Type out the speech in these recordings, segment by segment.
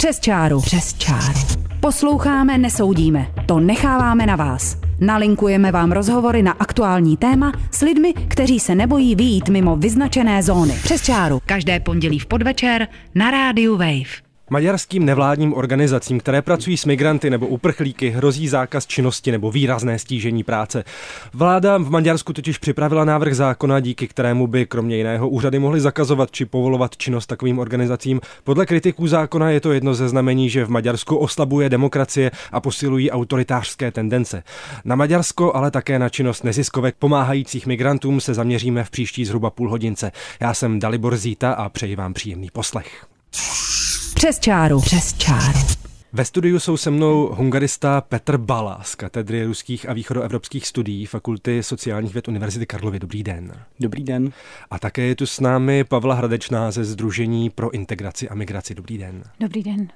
Přes čáru. Přes čáru. Posloucháme, nesoudíme. To necháváme na vás. Nalinkujeme vám rozhovory na aktuální téma s lidmi, kteří se nebojí vyjít mimo vyznačené zóny. Přes čáru. Každé pondělí v podvečer na rádiu Wave. Maďarským nevládním organizacím, které pracují s migranty nebo uprchlíky, hrozí zákaz činnosti nebo výrazné stížení práce. Vláda v Maďarsku totiž připravila návrh zákona, díky kterému by kromě jiného úřady mohly zakazovat či povolovat činnost takovým organizacím. Podle kritiků zákona je to jedno ze znamení, že v Maďarsku oslabuje demokracie a posilují autoritářské tendence. Na Maďarsko, ale také na činnost neziskovek pomáhajících migrantům se zaměříme v příští zhruba půlhodince. Já jsem Dalibor Zíta a přeji vám příjemný poslech. Přes čáru. Přes čáru. Ve studiu jsou se mnou hungarista Petr Bala z katedry ruských a východoevropských studií Fakulty sociálních věd Univerzity Karlovy. Dobrý den. Dobrý den. A také je tu s námi Pavla Hradečná ze Sdružení pro integraci a migraci. Dobrý den. Dobrý den.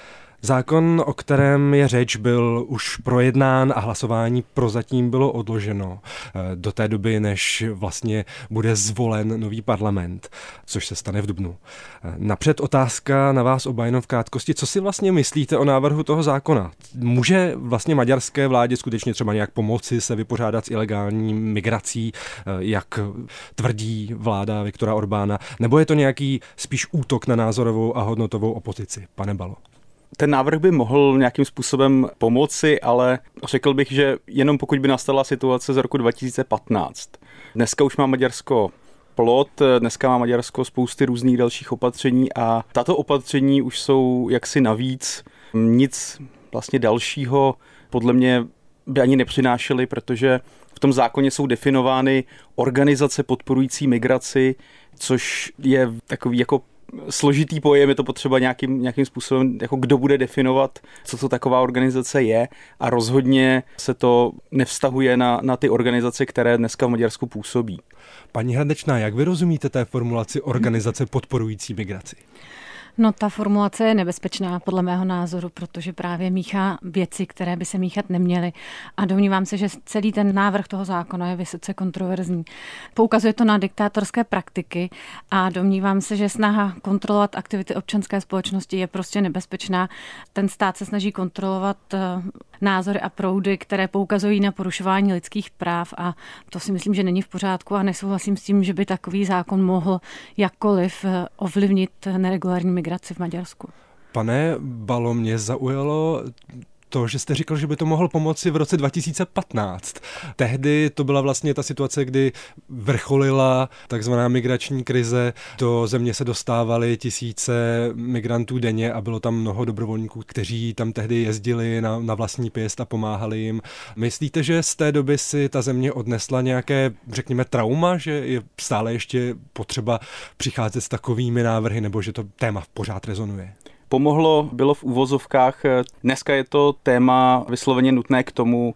Zákon, o kterém je řeč, byl už projednán a hlasování prozatím bylo odloženo do té doby, než vlastně bude zvolen nový parlament, což se stane v dubnu. Napřed otázka na vás oba, jenom v krátkosti. Co si vlastně myslíte o návrhu toho zákona? Může vlastně maďarské vládě skutečně třeba nějak pomoci se vypořádat s ilegální migrací, jak tvrdí vláda Viktora Orbána, nebo je to nějaký spíš útok na názorovou a hodnotovou opozici? Pane Balo. Ten návrh by mohl nějakým způsobem pomoci, ale řekl bych, že jenom pokud by nastala situace z roku 2015. Dneska už má Maďarsko plot, dneska má Maďarsko spousty různých dalších opatření a tato opatření už jsou jaksi navíc. Nic vlastně dalšího podle mě by ani nepřinášely, protože v tom zákoně jsou definovány organizace podporující migraci, což je takový jako složitý pojem, je to potřeba nějakým způsobem, jako kdo bude definovat, co to taková organizace je, a rozhodně se to nevztahuje na ty organizace, které dneska v Maďarsku působí. Paní Hradečná, jak vy rozumíte té formulaci organizace podporující migraci? No, ta formulace je nebezpečná podle mého názoru, protože právě míchá věci, které by se míchat neměly, a domnívám se, že celý ten návrh toho zákona je vysoce kontroverzní. Poukazuje to na diktátorské praktiky a domnívám se, že snaha kontrolovat aktivity občanské společnosti je prostě nebezpečná. Ten stát se snaží kontrolovat názory a proudy, které poukazují na porušování lidských práv, a to si myslím, že není v pořádku, a nesouhlasím s tím, že by takový zákon mohl jakkoliv ovlivnit neregulární migraci v Maďarsku. Pane Balo, mě zaujalo to, že jste říkal, že by to mohlo pomoci v roce 2015. Tehdy to byla vlastně ta situace, kdy vrcholila takzvaná migrační krize. Do země se dostávaly tisíce migrantů denně a bylo tam mnoho dobrovolníků, kteří tam tehdy jezdili na vlastní pěst a pomáhali jim. Myslíte, že z té doby si ta země odnesla nějaké, řekněme, trauma, že je stále ještě potřeba přicházet s takovými návrhy, nebo že to téma pořád rezonuje? Pomohlo, bylo v uvozovkách. Dneska je to téma vysloveně nutné k tomu,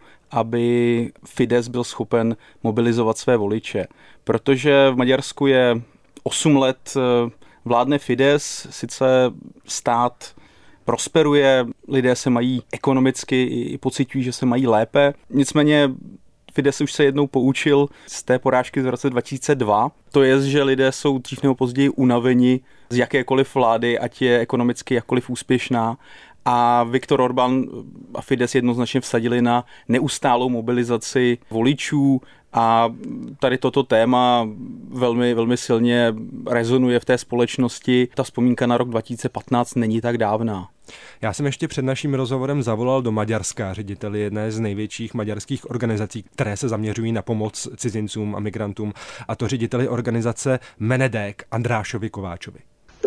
aby Fidesz byl schopen mobilizovat své voliče. Protože v Maďarsku je 8 let vládne Fidesz, sice stát prosperuje, lidé se mají ekonomicky i pociťují, že se mají lépe. Nicméně Fidesz už se jednou poučil z té porážky z roce 2002. To je, že lidé jsou dřív nebo později unaveni z jakékoliv vlády, ať je ekonomicky jakkoliv úspěšná. A Viktor Orbán a Fidesz jednoznačně vsadili na neustálou mobilizaci voličů, a tady toto téma velmi, velmi silně rezonuje v té společnosti. Ta vzpomínka na rok 2015 není tak dávná. Já jsem ještě před naším rozhovorem zavolal do Maďarska řediteli jedné z největších maďarských organizací, které se zaměřují na pomoc cizincům a migrantům, a to řediteli organizace Menedek Andrášovi Kováčovi.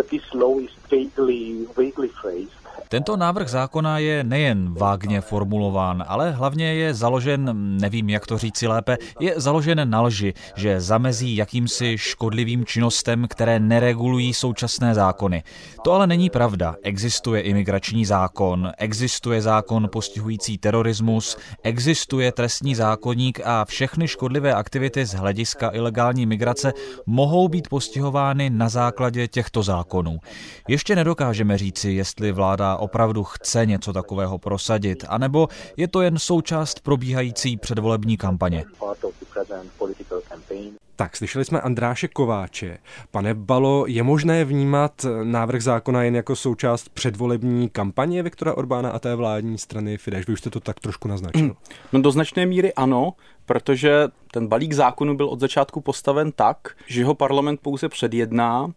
Tento návrh zákona je nejen vágně formulován, ale hlavně je založen, nevím jak to říci lépe, je založen na lži, že zamezí jakýmsi škodlivým činnostem, které neregulují současné zákony. To ale není pravda. Existuje imigrační zákon, existuje zákon postihující terorismus, existuje trestní zákoník a všechny škodlivé aktivity z hlediska ilegální migrace mohou být postihovány na základě těchto zákonů. Ještě nedokážeme říci, jestli vláda opravdu chce něco takového prosadit, anebo je to jen součást probíhající předvolební kampaně. Tak, slyšeli jsme Andráše Kováče. Pane Balo, je možné vnímat návrh zákona jen jako součást předvolební kampaně Viktora Orbána a té vládní strany Fidesz? Vy už jste to tak trošku naznačil. No do značné míry ano, protože ten balík zákonů byl od začátku postaven tak, že ho parlament pouze předjedná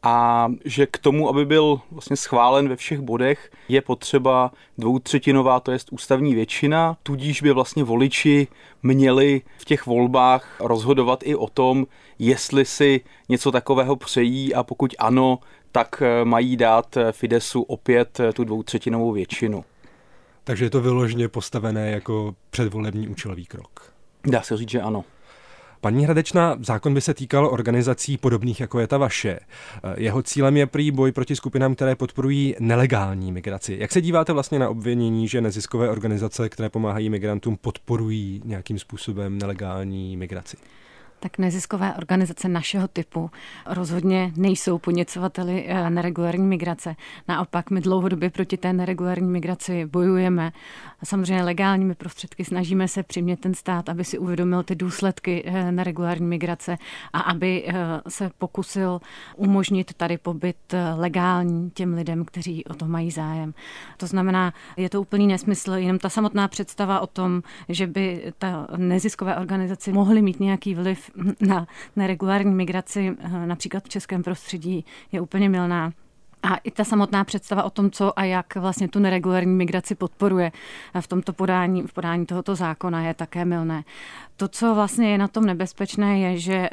a že k tomu, aby byl vlastně schválen ve všech bodech, je potřeba 2/3, to jest ústavní většina, tudíž by vlastně voliči měli v těch volbách rozhodovat i o tom, jestli si něco takového přejí a pokud ano, tak mají dát Fideszu opět tu 2/3 většinu. Takže je to vyloženě postavené jako předvolební účelový krok. Dá se říct, že ano. Paní Hradečná, zákon by se týkal organizací podobných, jako je ta vaše. Jeho cílem je prý boj proti skupinám, které podporují nelegální migraci. Jak se díváte vlastně na obvinění, že neziskové organizace, které pomáhají migrantům, podporují nějakým způsobem nelegální migraci? Tak neziskové organizace našeho typu rozhodně nejsou podněcovateli neregulární migrace. Naopak my dlouhodobě proti té neregulární migraci bojujeme. A samozřejmě legálními prostředky snažíme se přimět ten stát, aby si uvědomil ty důsledky neregulární migrace a aby se pokusil umožnit tady pobyt legální těm lidem, kteří o to mají zájem. To znamená, je to úplný nesmysl, jenom ta samotná představa o tom, že by ta neziskové organizace mohly mít nějaký vliv na neregulární migraci, například v českém prostředí, je úplně mylná. A i ta samotná představa o tom, co a jak vlastně tu neregulární migraci podporuje v podání tohoto zákona, je také mylné. To, co vlastně je na tom nebezpečné, je, že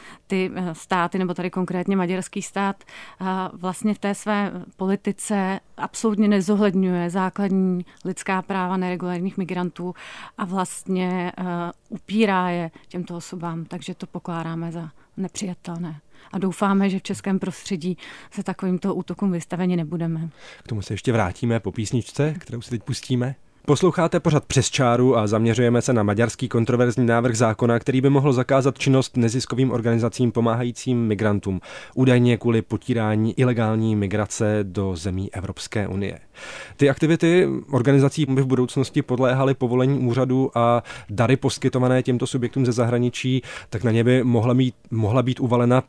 ty státy, nebo tady konkrétně maďarský stát, vlastně v té své politice absolutně nezohledňuje základní lidská práva neregulárních migrantů a vlastně upírá je těmto osobám, takže to pokládáme za nepřijatelné. A doufáme, že v českém prostředí se takovýmto útokům vystaveni nebudeme. K tomu se ještě vrátíme po písničce, kterou si teď pustíme. Posloucháte pořad Přes čáru a zaměřujeme se na maďarský kontroverzní návrh zákona, který by mohl zakázat činnost neziskovým organizacím pomáhajícím migrantům, údajně kvůli potírání ilegální migrace do zemí Evropské unie. Ty aktivity organizací by v budoucnosti podléhaly povolení úřadu a dary poskytované těmto subjektům ze zahraničí, tak na ně by mohla být uvalena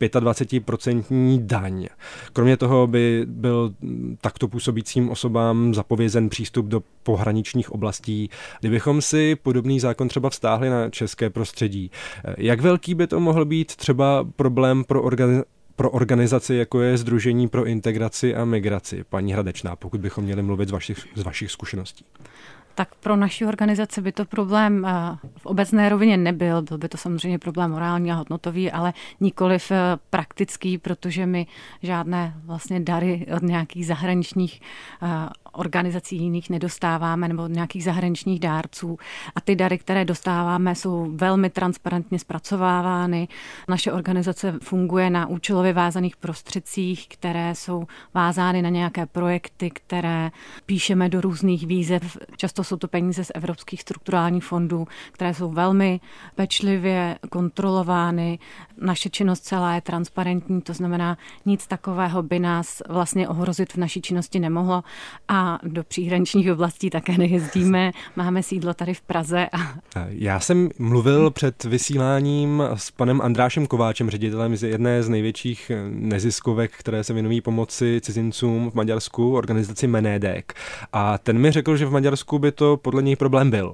25% daň. Kromě toho by byl takto působícím osobám zapovězen přístup do pohraničních oblastí. Kdybychom si podobný zákon třeba vztáhli na české prostředí, jak velký by to mohl být třeba problém pro organizaci, jako je Sdružení pro integraci a migraci, paní Hradečná, pokud bychom měli mluvit z vašich zkušeností? Tak pro naši organizaci by to problém v obecné rovině nebyl. Byl by to samozřejmě problém morální a hodnotový, ale nikoliv praktický, protože my žádné vlastně dary od nějakých zahraničních organizací jiných nedostáváme nebo od nějakých zahraničních dárců. A ty dary, které dostáváme, jsou velmi transparentně zpracovávány. Naše organizace funguje na účelově vázaných prostředcích, které jsou vázány na nějaké projekty, které píšeme do různých výzev. Často jsou to peníze z evropských strukturálních fondů, které jsou velmi pečlivě kontrolovány. Naše činnost celá je transparentní, to znamená, nic takového by nás vlastně ohrozit v naší činnosti nemohlo. A do příhraničních oblastí také nejezdíme. Máme sídlo tady v Praze. Já jsem mluvil před vysíláním s panem Andrášem Kováčem, ředitelem z jedné z největších neziskovek, které se věnují pomoci cizincům v Maďarsku, organizaci Menedek. A ten mi řekl, že v Maďarsku by to podle něj problém byl.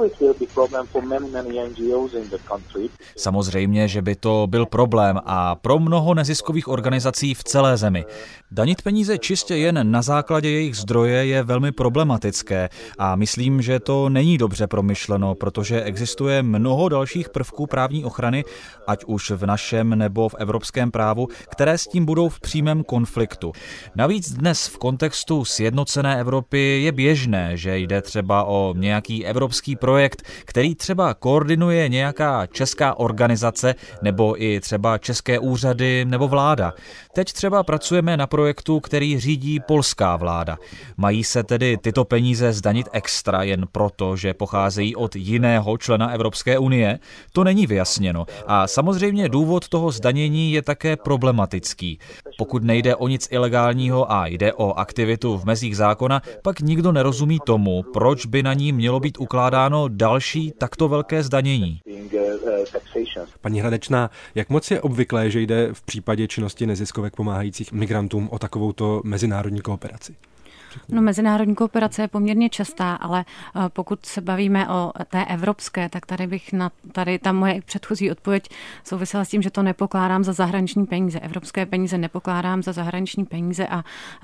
Samozřejmě, že by to byl problém a pro mnoho neziskových organizací v celé zemi. Danit peníze čistě jen na základě jejich zdroje je velmi problematické a myslím, že to není dobře promyšleno, protože existuje mnoho dalších prvků právní ochrany, ať už v našem nebo v evropském právu, které s tím budou v přímém konfliktu. Navíc dnes v kontextu sjednocené Evropy je běžné, že jde třeba o nějaký evropský projekt, který třeba koordinuje nějaká česká organizace nebo i třeba české úřady nebo vláda. Teď třeba pracujeme na projektu, který řídí polská vláda. Mají se tedy tyto peníze zdanit extra jen proto, že pocházejí od jiného člena Evropské unie? To není vyjasněno. A samozřejmě důvod toho zdanění je také problematický. Pokud nejde o nic ilegálního a jde o aktivitu v mezích zákona, pak nikdo nerozumí tomu, proč by na ní mělo být ukládáno další takto velké zdanění. Paní Hradečná, jak moc je obvyklé, že jde v případě činnosti neziskovek pomáhajících migrantům o takovouto mezinárodní kooperaci? No, mezinárodní kooperace je poměrně častá, ale pokud se bavíme o té evropské, tak tady ta moje předchozí odpověď souvisela s tím, že to nepokládám za zahraniční peníze. Evropské peníze nepokládám za zahraniční peníze a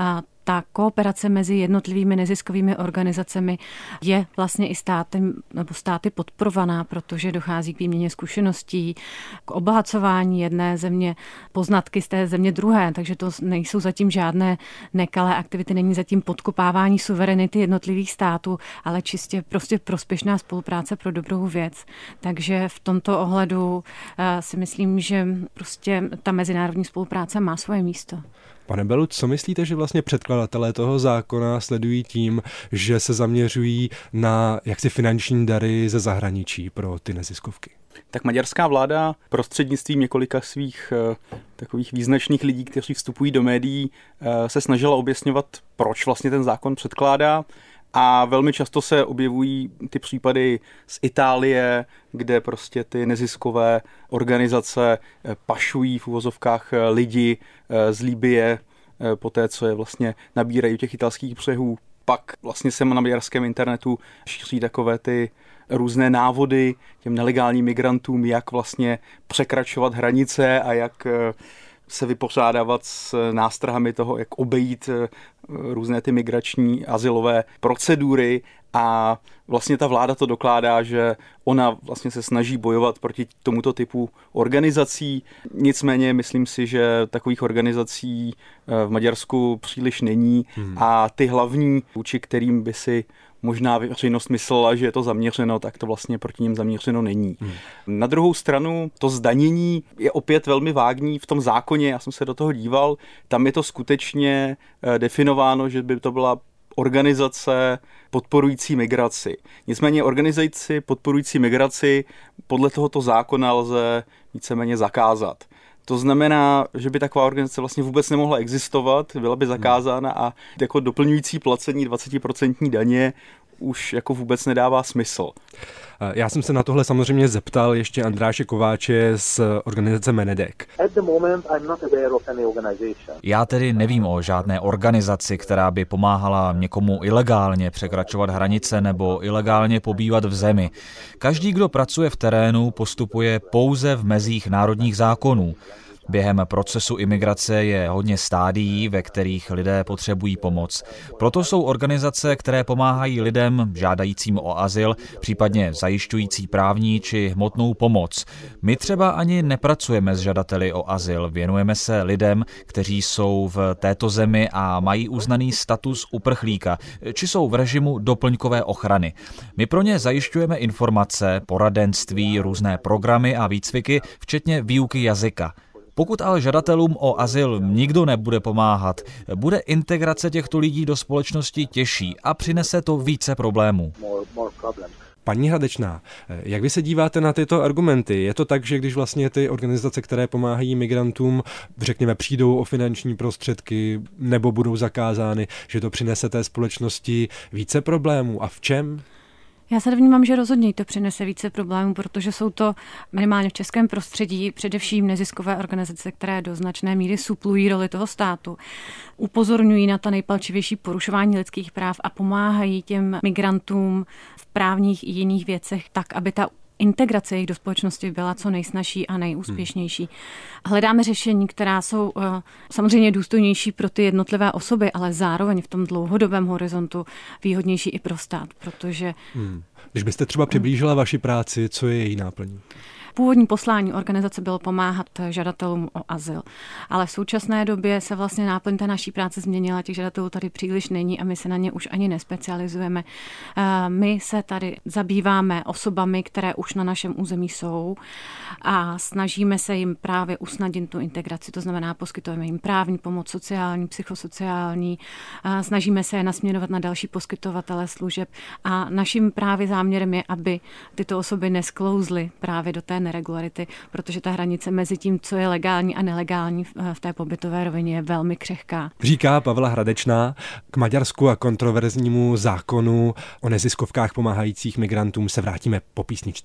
ta kooperace mezi jednotlivými neziskovými organizacemi je vlastně i státy podporovaná, protože dochází k výměně zkušeností, k obohacování jedné země, poznatky z té země druhé, takže to nejsou zatím žádné nekalé aktivity, není zatím podkopávání suverenity jednotlivých států, ale čistě prostě prospěšná spolupráce pro dobrou věc. Takže v tomto ohledu si myslím, že prostě ta mezinárodní spolupráce má svoje místo. Pane Belu, co myslíte, že vlastně předkladatelé toho zákona sledují tím, že se zaměřují na jaksi finanční dary ze zahraničí pro ty neziskovky? Tak maďarská vláda prostřednictvím několika svých takových význačných lidí, kteří vstupují do médií, se snažila objasňovat, proč vlastně ten zákon předkládá. A velmi často se objevují ty případy z Itálie, kde prostě ty neziskové organizace pašují v uvozovkách lidi z Libye, po té, co je vlastně nabírají u těch italských břehů. Pak vlastně se na maďarském internetu šíří takové ty různé návody těm nelegálním migrantům, jak vlastně překračovat hranice a jak se vypořádávat s nástrahami toho, jak obejít různé ty migrační azylové procedury, a vlastně ta vláda to dokládá, že ona vlastně se snaží bojovat proti tomuto typu organizací. Nicméně myslím si, že takových organizací v Maďarsku příliš není a ty hlavní, vůči kterým by si možná veřejnost myslela, že je to zaměřeno, tak to vlastně proti nim zaměřeno není. Na druhou stranu to zdanění je opět velmi vágní v tom zákoně, já jsem se do toho díval, tam je to skutečně definováno, že by to byla organizace podporující migraci. Nicméně organizaci podporující migraci podle tohoto zákona lze víceméně zakázat. To znamená, že by taková organizace vlastně vůbec nemohla existovat, byla by zakázána a jako doplňující placení 20% daně už jako vůbec nedává smysl. Já jsem se na tohle samozřejmě zeptal ještě Andráše Kováče z organizace Menedek. Já tedy nevím o žádné organizaci, která by pomáhala někomu ilegálně překračovat hranice nebo ilegálně pobývat v zemi. Každý, kdo pracuje v terénu, postupuje pouze v mezích národních zákonů. Během procesu imigrace je hodně stádií, ve kterých lidé potřebují pomoc. Proto jsou organizace, které pomáhají lidem žádajícím o azyl, případně zajišťující právní či hmotnou pomoc. My třeba ani nepracujeme s žadateli o azyl, věnujeme se lidem, kteří jsou v této zemi a mají uznaný status uprchlíka, či jsou v režimu doplňkové ochrany. My pro ně zajišťujeme informace, poradenství, různé programy a výcviky, včetně výuky jazyka. Pokud ale žadatelům o azyl nikdo nebude pomáhat, bude integrace těchto lidí do společnosti těžší a přinese to více problémů. Paní Hradečná, jak vy se díváte na tyto argumenty? Je to tak, že když vlastně ty organizace, které pomáhají migrantům, řekněme, přijdou o finanční prostředky nebo budou zakázány, že to přinese té společnosti více problémů? A v čem? Já se domnívám, že rozhodně to přinese více problémů, protože jsou to minimálně v českém prostředí především neziskové organizace, které do značné míry suplují roli toho státu, upozorňují na ta nejpalčivější porušování lidských práv a pomáhají těm migrantům v právních i jiných věcech tak, aby ta integrace jejich do společnosti byla co nejsnažší a nejúspěšnější. Hledáme řešení, která jsou samozřejmě důstojnější pro ty jednotlivé osoby, ale zároveň v tom dlouhodobém horizontu výhodnější i pro stát, protože... Když byste třeba přiblížila vaši práci, co je její náplní? Původní poslání organizace bylo pomáhat žadatelům o azyl, ale v současné době se vlastně náplň té naší práce změnila, těch žadatelů tady příliš není a my se na ně už ani nespecializujeme. My se tady zabýváme osobami, které už na našem území jsou a snažíme se jim právě usnadnit tu integraci, to znamená poskytujeme jim právní pomoc, sociální, psychosociální, snažíme se je nasměrovat na další poskytovatele služeb a naším právě záměrem je, aby tyto osoby nesklouzly právě do té neregularity, protože ta hranice mezi tím, co je legální a nelegální v té pobytové rovině, je velmi křehká. Říká Pavla Hradečná. K Maďarsku a kontroverznímu zákonu o neziskovkách pomáhajících migrantům se vrátíme po písničce.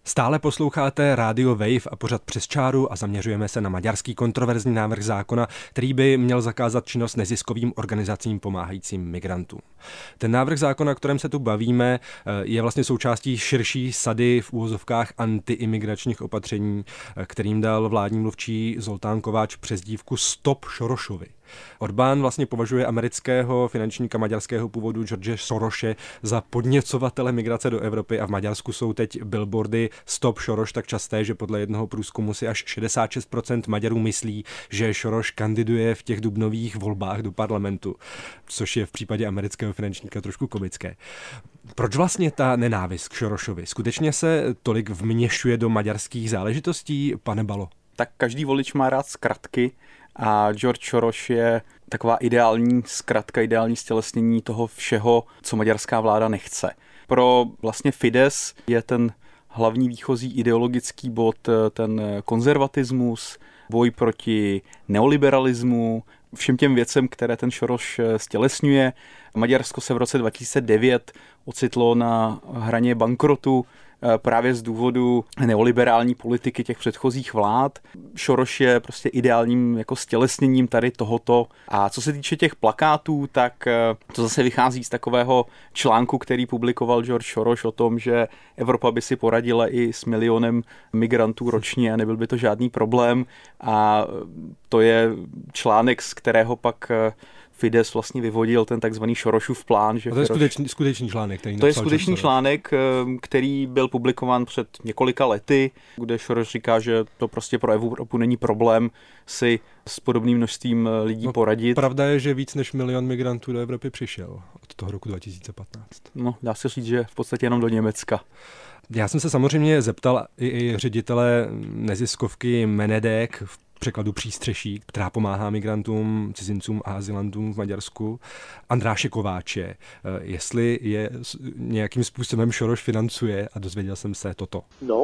Stále posloucháte Radio Wave a pořad Přes čáru a zaměřujeme se na maďarský kontroverzní návrh zákona, který by měl zakázat činnost neziskovým organizacím pomáhajícím migrantům. Ten návrh zákona, o kterém se tu bavíme, je vlastně součástí širší sady v úvozovkách antiimigračních opatření, kterým dal vládní mluvčí Zoltán Kováč přezdívku Stop Šorošovi. Orbán vlastně považuje amerického finančníka maďarského původu George Sorose za podněcovatele migrace do Evropy a v Maďarsku jsou teď billboardy Stop Soros tak časté, že podle jednoho průzkumu si až 66% Maďarů myslí, že Soros kandiduje v těch dubnových volbách do parlamentu, což je v případě amerického finančníka trošku komické. Proč vlastně ta nenávist k Sorosovi? Skutečně se tolik vměšuje do maďarských záležitostí, pane Balo? Tak každý volič má rád zkratky a George Soros je taková ideální zkratka, ideální stělesnění toho všeho, co maďarská vláda nechce. Pro vlastně Fidesz je ten hlavní výchozí ideologický bod ten konzervatismus, boj proti neoliberalismu, všem těm věcem, které ten Soros stělesňuje. Maďarsko se v roce 2009 ocitlo na hraně bankrotu právě z důvodu neoliberální politiky těch předchozích vlád. Soros je prostě ideálním jako stělesněním tady tohoto. A co se týče těch plakátů, tak to zase vychází z takového článku, který publikoval George Soros o tom, že Evropa by si poradila i s 1 milionem migrantů ročně a nebyl by to žádný problém. A to je článek, z kterého pak Fidesz vlastně vyvodil ten takzvaný Sorosův plán. Že to je skutečný článek, který to je skutečný článek, který byl publikován před několika lety, kde Soros říká, že to prostě pro Evropu není problém si s podobným množstvím lidí poradit. Pravda je, že víc než 1 milion migrantů do Evropy přišel od toho roku 2015. No, dá se říct, že v podstatě jenom do Německa. Já jsem se samozřejmě zeptal i ředitele neziskovky Menedek, v překladu Přístřeší, která pomáhá migrantům, cizincům a azylantům v Maďarsku, Andráše Kováče, jestli je nějakým způsobem Soros financuje, a dozvěděl jsem se toto.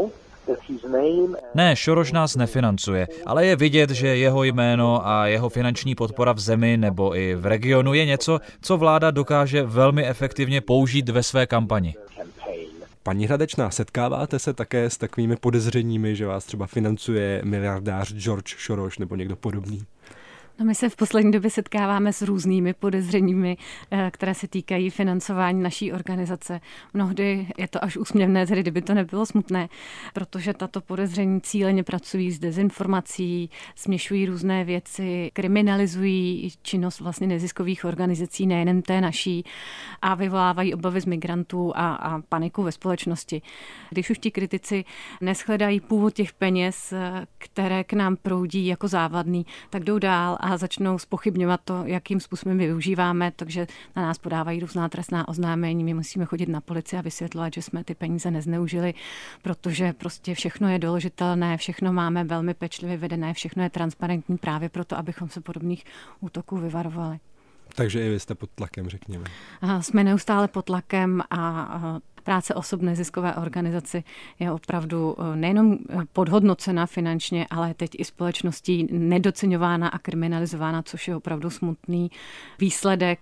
Ne, Soros nás nefinancuje, ale je vidět, že jeho jméno a jeho finanční podpora v zemi nebo i v regionu je něco, co vláda dokáže velmi efektivně použít ve své kampani. Paní Hradečná, setkáváte se také s takovými podezřeními, že vás třeba financuje miliardář George Soros nebo někdo podobný? No, my se v poslední době setkáváme s různými podezřeními, které se týkají financování naší organizace. Mnohdy je to až úsměvné, tedy kdyby to nebylo smutné, protože tato podezření cíleně pracují s dezinformací, směšují různé věci, kriminalizují činnost vlastně neziskových organizací, nejen té naší, a vyvolávají obavy z migrantů a paniku ve společnosti. Když už ti kritici neshledají původ těch peněz, které k nám proudí jako závadný, tak jdou dál a začnou zpochybňovat to, jakým způsobem využíváme, takže na nás podávají různá trestná oznámení. My musíme chodit na policii a vysvětlovat, že jsme ty peníze nezneužili, protože prostě všechno je doložitelné, všechno máme velmi pečlivě vedené, všechno je transparentní právě proto, abychom se podobných útoků vyvarovali. Takže i vy jste pod tlakem, řekněme. Jsme neustále pod tlakem a práce osob v neziskové organizaci je opravdu nejenom podhodnocena finančně, ale teď i společností nedoceňována a kriminalizována, což je opravdu smutný výsledek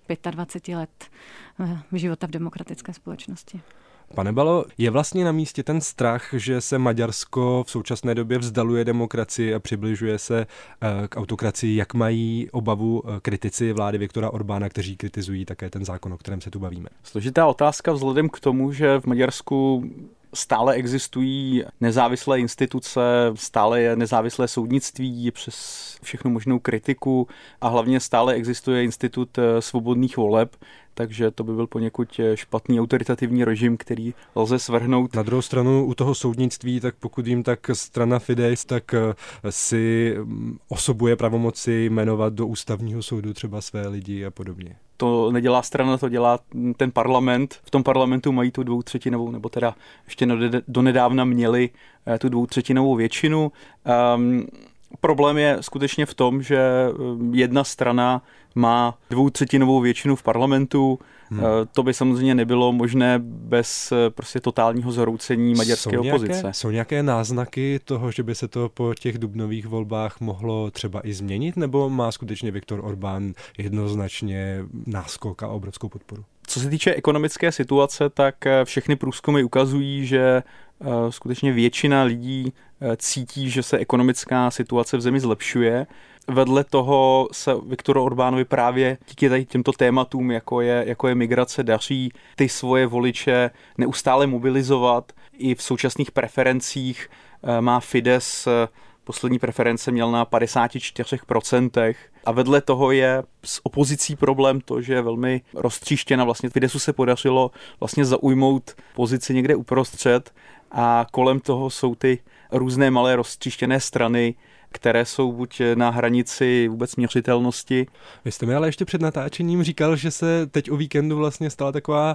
25 let života v demokratické společnosti. Pane Balo, je vlastně na místě ten strach, že se Maďarsko v současné době vzdaluje demokracii a přibližuje se k autokracii, jak mají obavu kritici vlády Viktora Orbána, kteří kritizují také ten zákon, o kterém se tu bavíme? Složitá otázka vzhledem k tomu, že v Maďarsku stále existují nezávislé instituce, stále je nezávislé soudnictví přes všechnu možnou kritiku a hlavně stále existuje institut svobodných voleb, takže to by byl poněkud špatný autoritativní režim, který lze svrhnout. Na druhou stranu u toho soudnictví, tak pokud vím, tak strana Fidesz tak si osobuje pravomoci jmenovat do ústavního soudu třeba své lidi a podobně. To nedělá strana, to dělá ten parlament. V tom parlamentu mají tu 2/3, nebo teda ještě donedávna měli tu 2/3 většinu. Problém je skutečně v tom, že jedna strana má 2/3 většinu v parlamentu. To by samozřejmě nebylo možné bez prostě totálního zhroucení maďarské opozice. Jsou nějaké náznaky toho, že by se to po těch dubnových volbách mohlo třeba i změnit, nebo má skutečně Viktor Orbán jednoznačně náskok a obrovskou podporu? Co Co se týče ekonomické situace, tak všechny průzkumy ukazují, že skutečně většina lidí cítí, že se ekonomická situace v zemi zlepšuje. Vedle toho se Viktoru Orbánovi právě díky tady těmto tématům, jako je migrace, daří ty svoje voliče neustále mobilizovat. I v současných preferencích má Fidesz poslední preference měl na 54%. A vedle toho je s opozicí problém to, že je velmi roztříštěna. Vlastně Fideszu se podařilo vlastně zaujmout pozici někde uprostřed a kolem toho jsou ty různé malé roztříštěné strany, které jsou buď na hranici vůbec měřitelnosti. Vy jste mi ale ještě před natáčením říkal, že se teď o víkendu vlastně stala taková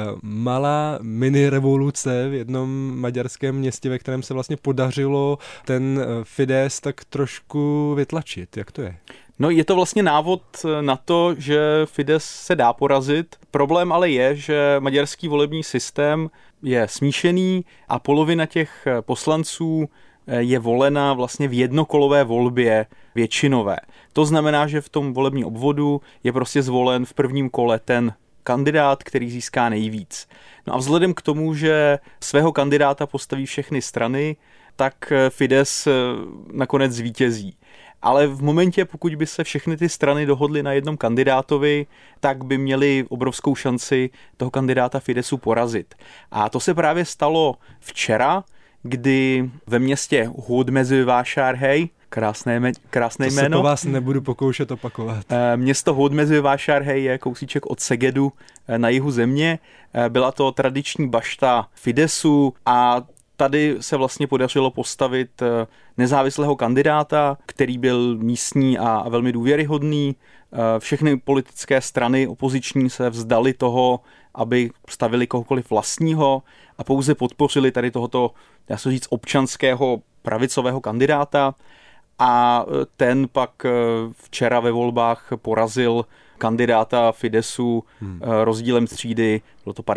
malá mini revoluce v jednom maďarském městě, ve kterém se vlastně podařilo ten Fidesz tak trošku vytlačit. Jak to je? No, je to vlastně návod na to, že Fidesz se dá porazit. Problém ale je, že maďarský volební systém je smíšený a polovina těch poslanců je volena vlastně v jednokolové volbě většinové. To znamená, že v tom volebním obvodu je prostě zvolen v prvním kole ten kandidát, který získá nejvíc. No a vzhledem k tomu, že svého kandidáta postaví všechny strany, tak Fidesz nakonec zvítězí. Ale v momentě, pokud by se všechny ty strany dohodly na jednom kandidátovi, tak by měli obrovskou šanci toho kandidáta Fideszu porazit. A to se právě stalo včera, kdy ve městě Hódmezővásárhely, krásné jméno. To se po vás nebudu pokoušet opakovat. Město Hódmezővásárhely je kousíček od Segedu na jihu země. Byla to tradiční bašta Fideszu a tady se vlastně podařilo postavit nezávislého kandidáta, který byl místní a velmi důvěryhodný. Všechny politické strany opoziční se vzdali toho, aby stavili kohokoliv vlastního a pouze podpořili tady tohoto, dá se říct, občanského pravicového kandidáta. A ten pak včera ve volbách porazil kandidáta Fideszu rozdílem třídy, bylo to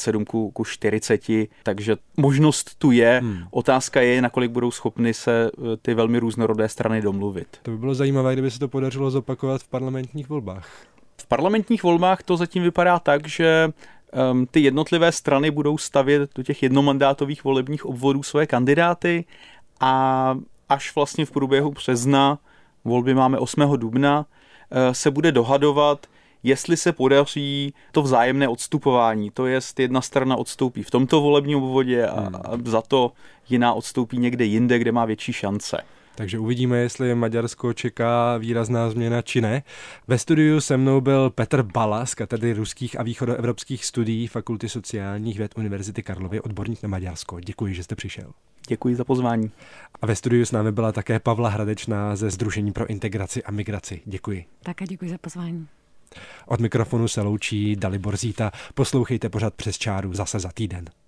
57:40, takže možnost tu je. Otázka je, nakolik budou schopny se ty velmi různorodé strany domluvit. To by bylo zajímavé, kdyby se to podařilo zopakovat v parlamentních volbách. V parlamentních volbách to zatím vypadá tak, že ty jednotlivé strany budou stavět do těch jednomandátových volebních obvodů své kandidáty a až vlastně v průběhu března, volby máme 8. dubna, se bude dohadovat, jestli se podaří to vzájemné odstupování. To jest, jedna strana odstoupí v tomto volebním obvodě a za to jiná odstoupí někde jinde, kde má větší šance. Takže uvidíme, jestli Maďarsko čeká výrazná změna či ne. Ve studiu se mnou byl Petr Bala z katedry ruských a východoevropských studií Fakulty sociálních věd Univerzity Karlovy, odborník na Maďarsko. Děkuji, že jste přišel. Děkuji za pozvání. A ve studiu s námi byla také Pavla Hradečná ze Sdružení pro integraci a migraci. Děkuji. Také děkuji za pozvání. Od mikrofonu se loučí Dalibor Zíta. Poslouchejte pořad Přes čáru zase za týden.